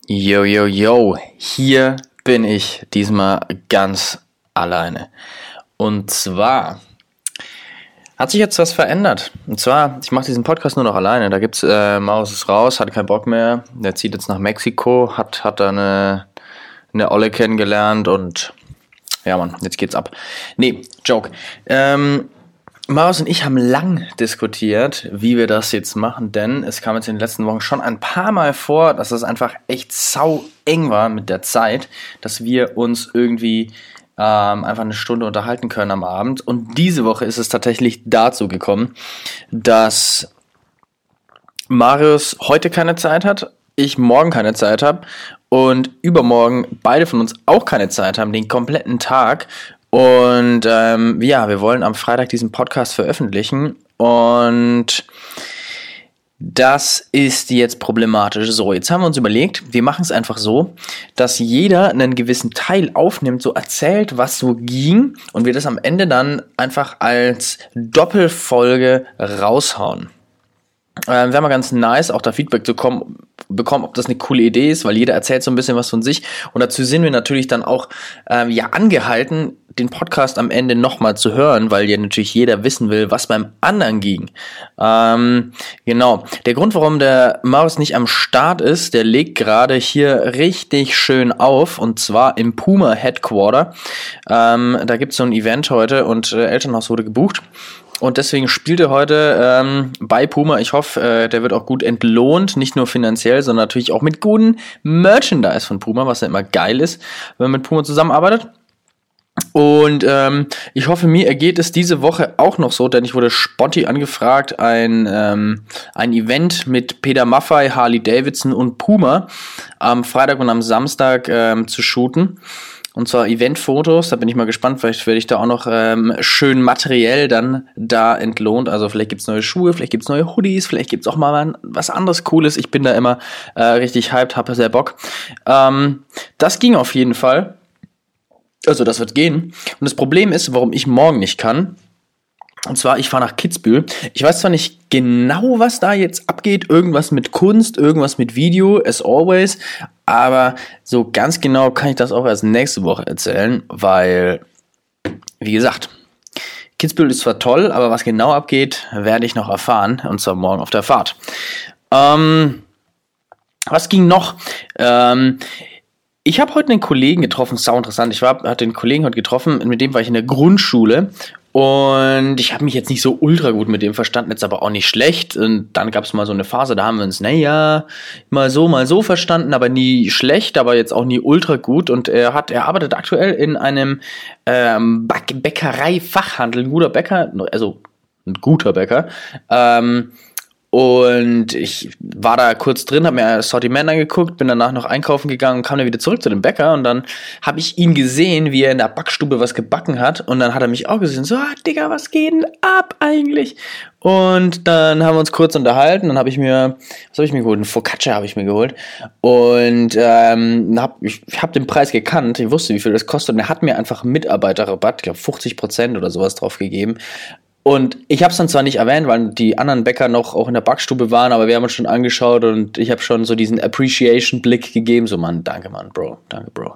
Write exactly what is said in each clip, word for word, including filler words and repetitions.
Yo, yo, yo, hier bin ich diesmal ganz alleine. Und zwar hat sich jetzt was verändert. Und zwar, ich mache diesen Podcast nur noch alleine. Da gibt's, äh, Maus ist raus, hat keinen Bock mehr. Der zieht jetzt nach Mexiko, hat, hat da eine, eine Olle kennengelernt und ja, Mann, jetzt geht's ab. Nee, Joke. Ähm, Marius und ich haben lang diskutiert, wie wir das jetzt machen, denn es kam jetzt in den letzten Wochen schon ein paar Mal vor, dass es einfach echt sau eng war mit der Zeit, dass wir uns irgendwie ähm, einfach eine Stunde unterhalten können am Abend. Und diese Woche ist es tatsächlich dazu gekommen, dass Marius heute keine Zeit hat, ich morgen keine Zeit habe und übermorgen beide von uns auch keine Zeit haben, den kompletten Tag. Und ähm, ja, wir wollen am Freitag diesen Podcast veröffentlichen und das ist jetzt problematisch. So, jetzt haben wir uns überlegt, wir machen es einfach so, dass jeder einen gewissen Teil aufnimmt, so erzählt, was so ging und wir das am Ende dann einfach als Doppelfolge raushauen. Ähm, wäre mal ganz nice, auch da Feedback zu kommen, bekommen, ob das eine coole Idee ist, weil jeder erzählt so ein bisschen was von sich und dazu sind wir natürlich dann auch ähm, ja angehalten, den Podcast am Ende nochmal zu hören, weil ja natürlich jeder wissen will, was beim anderen ging. Ähm, genau. Der Grund, warum der Marius nicht am Start ist, der legt gerade hier richtig schön auf und zwar im Puma Headquarter. Ähm, da gibt's so ein Event heute und äh, Elternhaus wurde gebucht. Und deswegen spielt er heute ähm, bei Puma. Ich hoffe, äh, der wird auch gut entlohnt, nicht nur finanziell, sondern natürlich auch mit guten Merchandise von Puma, was ja immer geil ist, wenn man mit Puma zusammenarbeitet. Und ähm, ich hoffe, mir ergeht es diese Woche auch noch so, denn ich wurde sponti angefragt, ein ähm, ein Event mit Peter Maffay, Harley Davidson und Puma am Freitag und am Samstag ähm, zu shooten. Und zwar Eventfotos, da bin ich mal gespannt, vielleicht werde ich da auch noch ähm, schön materiell dann da entlohnt. Also vielleicht gibt's neue Schuhe, vielleicht gibt's neue Hoodies, vielleicht gibt's auch mal was anderes Cooles. Ich bin da immer äh, richtig hyped, habe sehr Bock. Ähm, das ging auf jeden Fall. Also das wird gehen. Und das Problem ist, warum ich morgen nicht kann. Und zwar, ich fahre nach Kitzbühel. Ich weiß zwar nicht genau, was da jetzt abgeht. Irgendwas mit Kunst, irgendwas mit Video, as always. Aber so ganz genau kann ich das auch erst nächste Woche erzählen, weil, wie gesagt, Kitzbühel ist zwar toll, aber was genau abgeht, werde ich noch erfahren. Und zwar morgen auf der Fahrt. Ähm, was ging noch? Ähm... Ich habe heute einen Kollegen getroffen, sau interessant. Ich war, hatte den Kollegen heute getroffen, mit dem war ich in der Grundschule und ich habe mich jetzt nicht so ultra gut mit dem verstanden, jetzt aber auch nicht schlecht. Und dann gab es mal so eine Phase, da haben wir uns, naja, mal so, mal so verstanden, aber nie schlecht, aber jetzt auch nie ultra gut. Und er hat, er arbeitet aktuell in einem ähm, Bäckerei-Fachhandel, ein guter Bäcker, also ein guter Bäcker. Ähm, Und ich war da kurz drin, habe mir das Sortiment angeguckt, bin danach noch einkaufen gegangen und kam dann wieder zurück zu dem Bäcker und dann habe ich ihn gesehen, wie er in der Backstube was gebacken hat und dann hat er mich auch gesehen, so, ah, Digga, was geht denn ab eigentlich? Und dann haben wir uns kurz unterhalten, dann habe ich mir, was habe ich mir geholt? Ein Focaccia habe ich mir geholt und ähm, hab, ich, ich habe den Preis gekannt, ich wusste, wie viel das kostet und er hat mir einfach einen Mitarbeiterrabatt, ich glaube fünfzig Prozent oder sowas drauf gegeben. Und ich habe es dann zwar nicht erwähnt, weil die anderen Bäcker noch auch in der Backstube waren, aber wir haben uns schon angeschaut und ich habe schon so diesen Appreciation-Blick gegeben, so, Mann, danke, Mann, Bro, danke, Bro.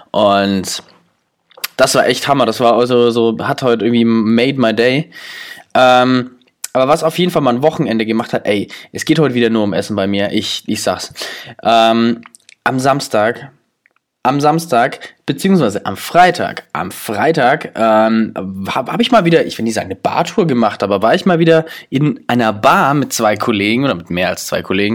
Und das war echt Hammer, das war also so, hat heute irgendwie made my day. Ähm, aber was auf jeden Fall mal ein Wochenende gemacht hat, ey, es geht heute wieder nur um Essen bei mir, ich, ich sag's. Ähm, am Samstag, am Samstag, beziehungsweise am Freitag, am Freitag ähm, habe hab ich mal wieder, ich will nicht sagen eine Bartour gemacht, aber war ich mal wieder in einer Bar mit zwei Kollegen oder mit mehr als zwei Kollegen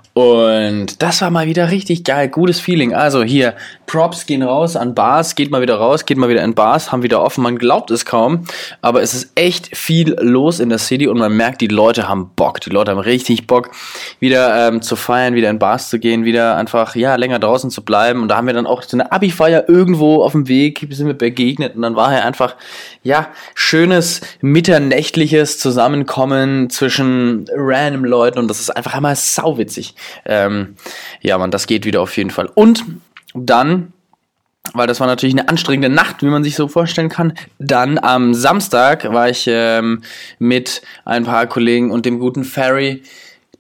und das war mal wieder richtig geil, gutes Feeling. Also hier, Props gehen raus an Bars, geht mal wieder raus, geht mal wieder in Bars, haben wieder offen, man glaubt es kaum, aber es ist echt viel los in der City und man merkt, die Leute haben Bock, die Leute haben richtig Bock, wieder ähm, zu feiern, wieder in Bars zu gehen, wieder einfach, ja, länger draußen zu bleiben und da haben wir dann auch so eine Abi-Feier irgendwo auf dem Weg sind wir begegnet und dann war hier einfach, ja, schönes, mitternächtliches Zusammenkommen zwischen random Leuten und das ist einfach einmal sauwitzig. Ähm, ja, man, das geht wieder auf jeden Fall. Und dann, weil das war natürlich eine anstrengende Nacht, wie man sich so vorstellen kann, dann am Samstag war ich ähm, mit ein paar Kollegen und dem guten Ferry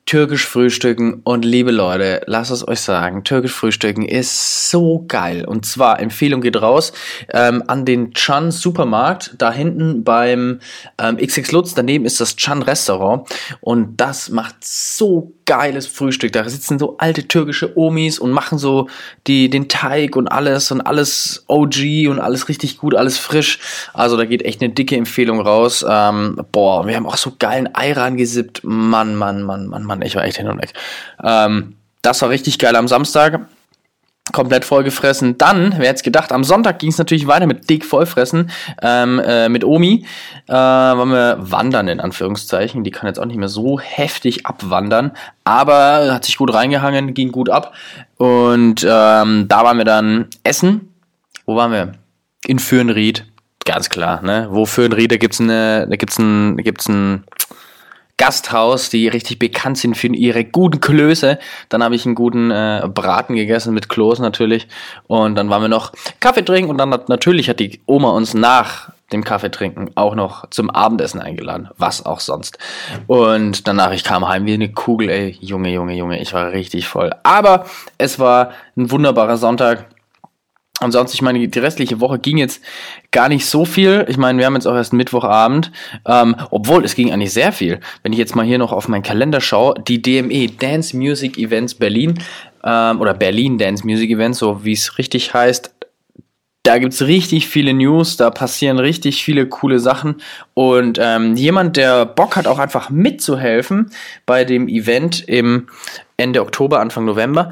Türkisch frühstücken und liebe Leute, lasst es euch sagen, Türkisch frühstücken ist so geil. Und zwar, Empfehlung geht raus ähm, an den Can Supermarkt, da hinten beim ähm, X X Lutz, daneben ist das Can Restaurant und das macht so geiles Frühstück. Da sitzen so alte türkische Omis und machen so die den Teig und alles und alles O G und alles richtig gut, alles frisch. Also da geht echt eine dicke Empfehlung raus. Ähm, boah, wir haben auch so geilen Ayran gesippt. Mann, Mann, Mann, Mann, Mann. Ich war echt hin und weg. Ähm, das war richtig geil am Samstag. Komplett vollgefressen. Dann, wer hätte es gedacht, am Sonntag ging es natürlich weiter mit dick vollfressen. Ähm, äh, mit Omi. Äh, waren wir wandern, in Anführungszeichen. Die kann jetzt auch nicht mehr so heftig abwandern. Aber hat sich gut reingehangen, ging gut ab. Und ähm, da waren wir dann essen. Wo waren wir? In Fürnried. Ganz klar, ne? Wo Fürnried, da gibt's eine, da gibt's ein, da gibt's ein Gasthaus, die richtig bekannt sind für ihre guten Klöße. Dann habe ich einen guten äh, Braten gegessen mit Kloß natürlich. Und dann waren wir noch Kaffee trinken und dann hat, natürlich hat die Oma uns nach dem Kaffee trinken auch noch zum Abendessen eingeladen. Was auch sonst. Und danach, ich kam heim wie eine Kugel, ey. Junge, Junge, Junge, ich war richtig voll. Aber es war ein wunderbarer Sonntag. Ansonsten, ich meine, die restliche Woche ging jetzt gar nicht so viel. Ich meine, wir haben jetzt auch erst Mittwochabend. Ähm, obwohl, es ging eigentlich sehr viel. Wenn ich jetzt mal hier noch auf meinen Kalender schaue, die D M E, Dance Music Events Berlin, ähm, oder Berlin Dance Music Events, so wie es richtig heißt, da gibt's richtig viele News, da passieren richtig viele coole Sachen. Und ähm, jemand, der Bock hat, auch einfach mitzuhelfen bei dem Event im Ende Oktober, Anfang November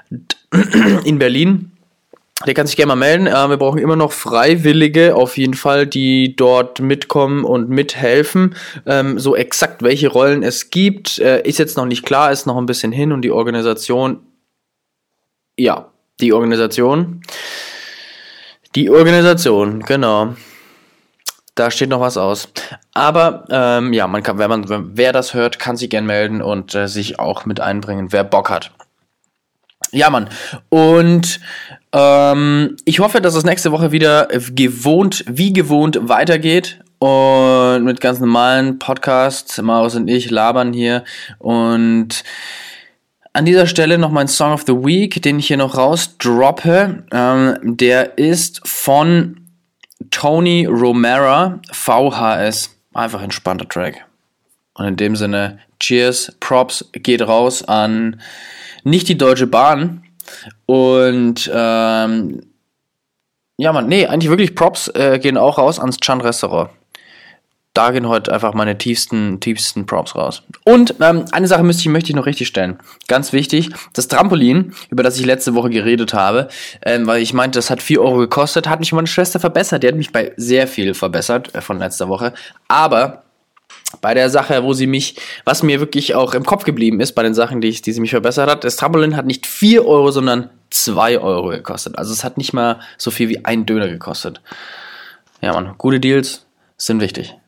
in Berlin, der kann sich gerne mal melden. Äh, wir brauchen immer noch Freiwillige, auf jeden Fall, die dort mitkommen und mithelfen. Ähm, so exakt, welche Rollen es gibt, äh, ist jetzt noch nicht klar, ist noch ein bisschen hin. Und die Organisation, ja, die Organisation, die Organisation, genau. Da steht noch was aus. Aber ähm, ja, man kann, wenn man, wer das hört, kann sich gerne melden und äh, sich auch mit einbringen, wer Bock hat. Ja, Mann. Und ähm, ich hoffe, dass es nächste Woche wieder gewohnt, wie gewohnt weitergeht. Und mit ganz normalen Podcasts, Marius und ich labern hier. Und an dieser Stelle noch mein Song of the Week, den ich hier noch rausdroppe. Ähm, der ist von Tony Romera, V H S. Einfach entspannter Track. Und in dem Sinne, Cheers, Props geht raus an nicht die Deutsche Bahn und ähm, ja man, nee, eigentlich wirklich Props äh, gehen auch raus ans Can Restaurant. Da gehen heute einfach meine tiefsten, tiefsten Props raus. Und ähm, eine Sache müsste ich, möchte ich noch richtig stellen. Ganz wichtig, das Trampolin, über das ich letzte Woche geredet habe, ähm, weil ich meinte, das hat vier Euro gekostet, hat mich meine Schwester verbessert. Die hat mich bei sehr viel verbessert äh, von letzter Woche. Aber bei der Sache, wo sie mich, was mir wirklich auch im Kopf geblieben ist, bei den Sachen, die, ich, die sie mich verbessert hat, das Trampolin hat nicht vier Euro, sondern zwei Euro gekostet. Also es hat nicht mal so viel wie ein Döner gekostet. Ja, Mann, gute Deals sind wichtig.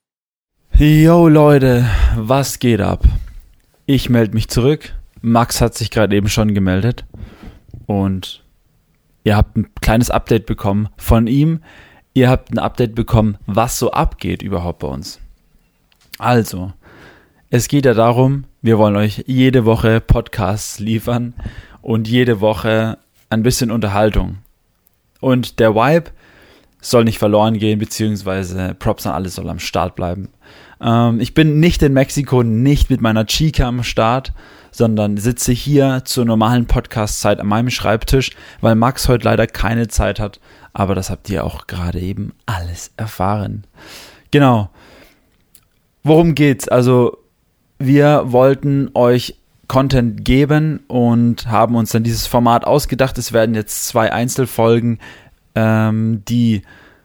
Yo Leute, was geht ab? Ich melde mich zurück. Max hat sich gerade eben schon gemeldet. Und ihr habt ein kleines Update bekommen von ihm. Ihr habt ein Update bekommen, was so abgeht überhaupt bei uns. Also, es geht ja darum, wir wollen euch jede Woche Podcasts liefern und jede Woche ein bisschen Unterhaltung. Und der Vibe soll nicht verloren gehen, beziehungsweise Props an alles soll am Start bleiben. Ähm, ich bin nicht in Mexiko, nicht mit meiner Chica am Start, sondern sitze hier zur normalen Podcast-Zeit an meinem Schreibtisch, weil Max heute leider keine Zeit hat. Aber das habt ihr auch gerade eben alles erfahren. Genau. Worum geht's? Also wir wollten euch Content geben und haben uns dann dieses Format ausgedacht. Es werden jetzt zwei Einzelfolgen, ähm, die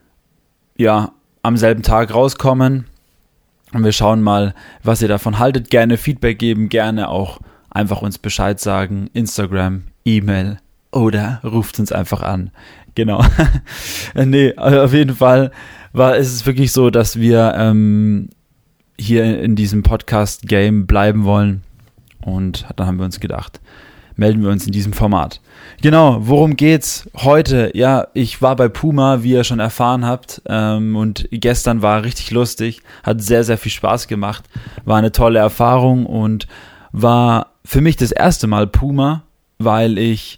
ja am selben Tag rauskommen. Und wir schauen mal, was ihr davon haltet. Gerne Feedback geben, gerne auch einfach uns Bescheid sagen. Instagram, E-Mail oder ruft uns einfach an. Genau. Nee, auf jeden Fall war ist es wirklich so, dass wir ähm, hier in diesem Podcast-Game bleiben wollen. Und dann haben wir uns gedacht, melden wir uns in diesem Format. Genau, worum geht's heute? Ja, ich war bei Puma, wie ihr schon erfahren habt. Ähm, und gestern war richtig lustig. Hat sehr, sehr viel Spaß gemacht. War eine tolle Erfahrung. Und war für mich das erste Mal Puma, weil ich,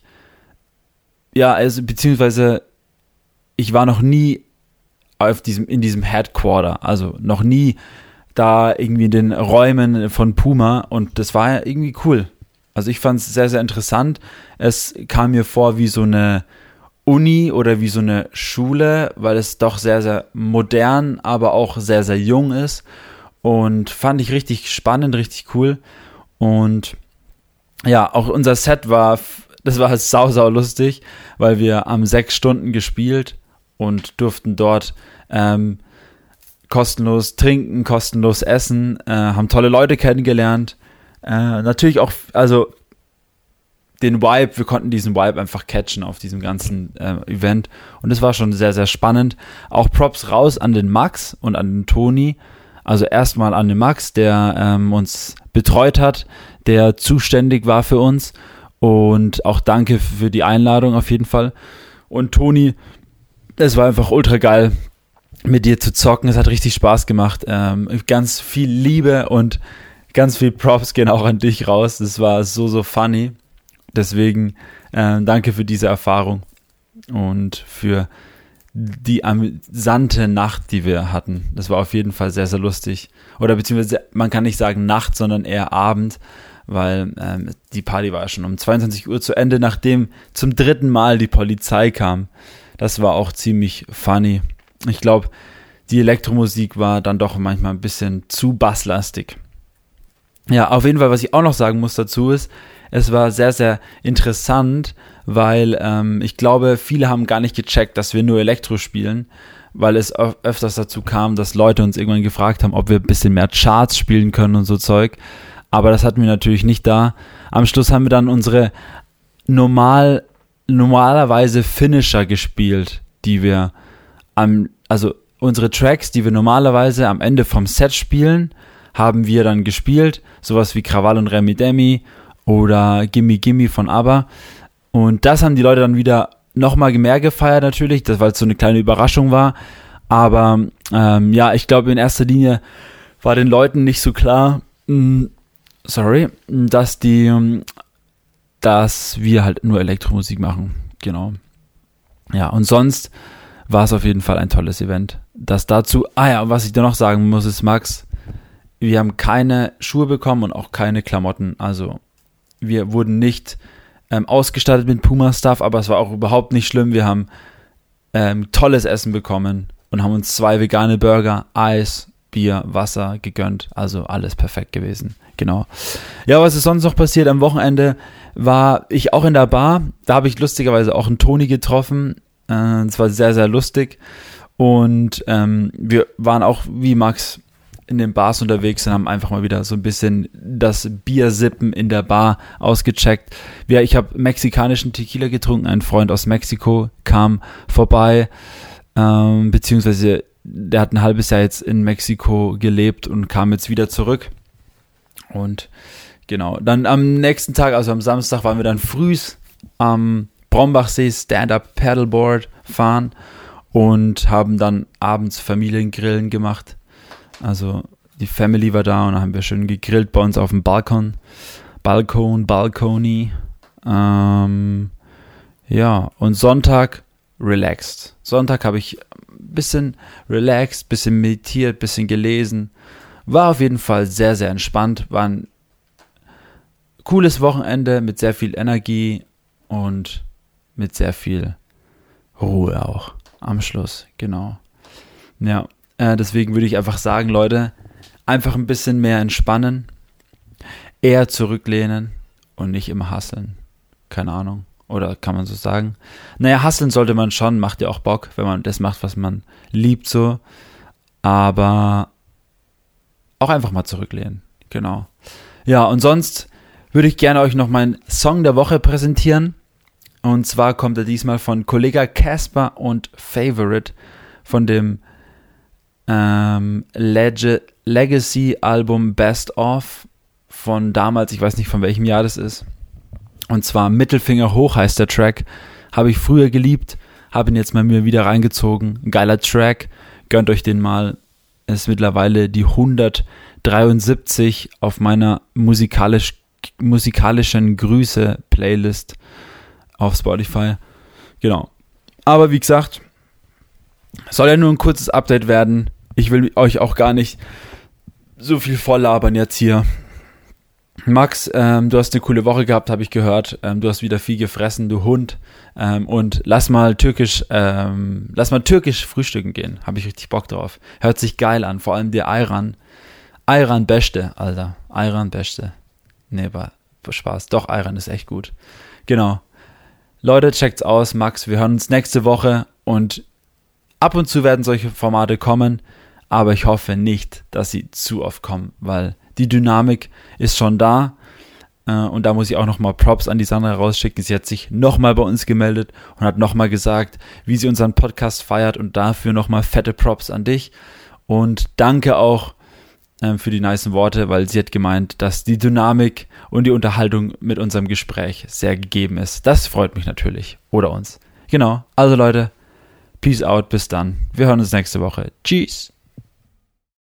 ja, also beziehungsweise ich war noch nie auf diesem, in diesem Headquarter, also noch nie da irgendwie in den Räumen von Puma und das war ja irgendwie cool. Also ich fand es sehr, sehr interessant. Es kam mir vor wie so eine Uni oder wie so eine Schule, weil es doch sehr, sehr modern, aber auch sehr, sehr jung ist und fand ich richtig spannend, richtig cool und ja, auch unser Set war, das war sau, sau lustig, weil wir haben sechs Stunden gespielt und durften dort ähm, kostenlos trinken, kostenlos essen, äh, haben tolle Leute kennengelernt. Äh, natürlich auch, also den Vibe, wir konnten diesen Vibe einfach catchen auf diesem ganzen äh, Event und es war schon sehr, sehr spannend. Auch Props raus an den Max und an den Toni. Also erstmal an den Max, der ähm, uns betreut hat, der zuständig war für uns und auch danke für die Einladung auf jeden Fall. Und Toni, es war einfach ultra geil, mit dir zu zocken. Es hat richtig Spaß gemacht. Ähm, ganz viel Liebe und ganz viel Props gehen auch an dich raus. Das war so, so funny. Deswegen äh, danke für diese Erfahrung und für die amüsante Nacht, die wir hatten. Das war auf jeden Fall sehr, sehr lustig. Oder beziehungsweise, man kann nicht sagen Nacht, sondern eher Abend, weil ähm, die Party war schon um zweiundzwanzig Uhr zu Ende, nachdem zum dritten Mal die Polizei kam. Das war auch ziemlich funny. Ich glaube, die Elektromusik war dann doch manchmal ein bisschen zu basslastig. Ja, auf jeden Fall, was ich auch noch sagen muss dazu ist, es war sehr, sehr interessant, weil ähm, ich glaube, viele haben gar nicht gecheckt, dass wir nur Elektro spielen, weil es öf- öfters dazu kam, dass Leute uns irgendwann gefragt haben, ob wir ein bisschen mehr Charts spielen können und so Zeug. Aber das hatten wir natürlich nicht da. Am Schluss haben wir dann unsere normal, normalerweise Finisher gespielt, die wir am, also unsere Tracks, die wir normalerweise am Ende vom Set spielen, haben wir dann gespielt, sowas wie Krawall und Remi Demi oder Gimme Gimme von ABBA. Und das haben die Leute dann wieder nochmal mehr gefeiert natürlich, das, weil es so eine kleine Überraschung war. Aber ähm, ja, ich glaube in erster Linie war den Leuten nicht so klar, mh, sorry, dass die, dass wir halt nur Elektromusik machen. Genau. Ja, und sonst war es auf jeden Fall ein tolles Event. Das dazu, ah ja, was ich da noch sagen muss, ist, Max, wir haben keine Schuhe bekommen und auch keine Klamotten. Also wir wurden nicht ähm, ausgestattet mit Puma-Stuff, aber es war auch überhaupt nicht schlimm. Wir haben ähm, tolles Essen bekommen und haben uns zwei vegane Burger, Eis, Bier, Wasser gegönnt. Also alles perfekt gewesen. Genau. Ja, was ist sonst noch passiert? Am Wochenende war ich auch in der Bar. Da habe ich lustigerweise auch einen Toni getroffen. Äh, das war sehr, sehr lustig. Und ähm, wir waren auch, wie Max, in den Bars unterwegs und haben einfach mal wieder so ein bisschen das Biersippen in der Bar ausgecheckt. Ja, ich habe mexikanischen Tequila getrunken, ein Freund aus Mexiko kam vorbei, ähm, beziehungsweise der hat ein halbes Jahr jetzt in Mexiko gelebt und kam jetzt wieder zurück. Und genau, dann am nächsten Tag, also am Samstag, waren wir dann frühs am Brombachsee Stand-Up Paddleboard fahren und haben dann abends Familiengrillen gemacht. Also die Family war da und dann haben wir schön gegrillt bei uns auf dem Balkon. Balkon, Balkoni. Ähm, ja, und Sonntag relaxed. Sonntag habe ich ein bisschen relaxed, ein bisschen meditiert, ein bisschen gelesen. War auf jeden Fall sehr, sehr entspannt. War ein cooles Wochenende mit sehr viel Energie und mit sehr viel Ruhe auch am Schluss. Genau. Ja. Deswegen würde ich einfach sagen, Leute, einfach ein bisschen mehr entspannen, eher zurücklehnen und nicht immer hustlen. Keine Ahnung. Oder kann man so sagen? Naja, hustlen sollte man schon, macht ja auch Bock, wenn man das macht, was man liebt so. Aber auch einfach mal zurücklehnen. Genau. Ja, und sonst würde ich gerne euch noch meinen Song der Woche präsentieren. Und zwar kommt er diesmal von Kollega Casper und Favorite von dem Ähm, Leg- Legacy-Album Best Of von damals, ich weiß nicht von welchem Jahr das ist, und zwar Mittelfinger hoch heißt der Track, habe ich früher geliebt, habe ihn jetzt mal mir wieder reingezogen, ein geiler Track, gönnt euch den mal, ist mittlerweile die hundertdreiundsiebzig auf meiner musikalisch musikalischen Grüße-Playlist auf Spotify. Genau. Aber wie gesagt, soll ja nur ein kurzes Update werden. Ich will euch auch gar nicht so viel volllabern jetzt hier. Max, ähm, du hast eine coole Woche gehabt, habe ich gehört. Ähm, du hast wieder viel gefressen, du Hund. Ähm, und lass mal türkisch, ähm, lass mal türkisch frühstücken gehen. Habe ich richtig Bock drauf. Hört sich geil an. Vor allem der Ayran. Ayran Beste, Alter. Ayran Beste. Nee, war Spaß. Doch, Ayran ist echt gut. Genau. Leute, checkt's aus. Max, wir hören uns nächste Woche. Und ab und zu werden solche Formate kommen. Aber ich hoffe nicht, dass sie zu oft kommen, weil die Dynamik ist schon da. Und da muss ich auch nochmal Props an die Sandra rausschicken. Sie hat sich nochmal bei uns gemeldet und hat nochmal gesagt, wie sie unseren Podcast feiert. Und dafür nochmal fette Props an dich. Und danke auch ähm, für die nicen Worte, weil sie hat gemeint, dass die Dynamik und die Unterhaltung mit unserem Gespräch sehr gegeben ist. Das freut mich natürlich. Oder uns. Genau. Also Leute, peace out. Bis dann. Wir hören uns nächste Woche. Tschüss.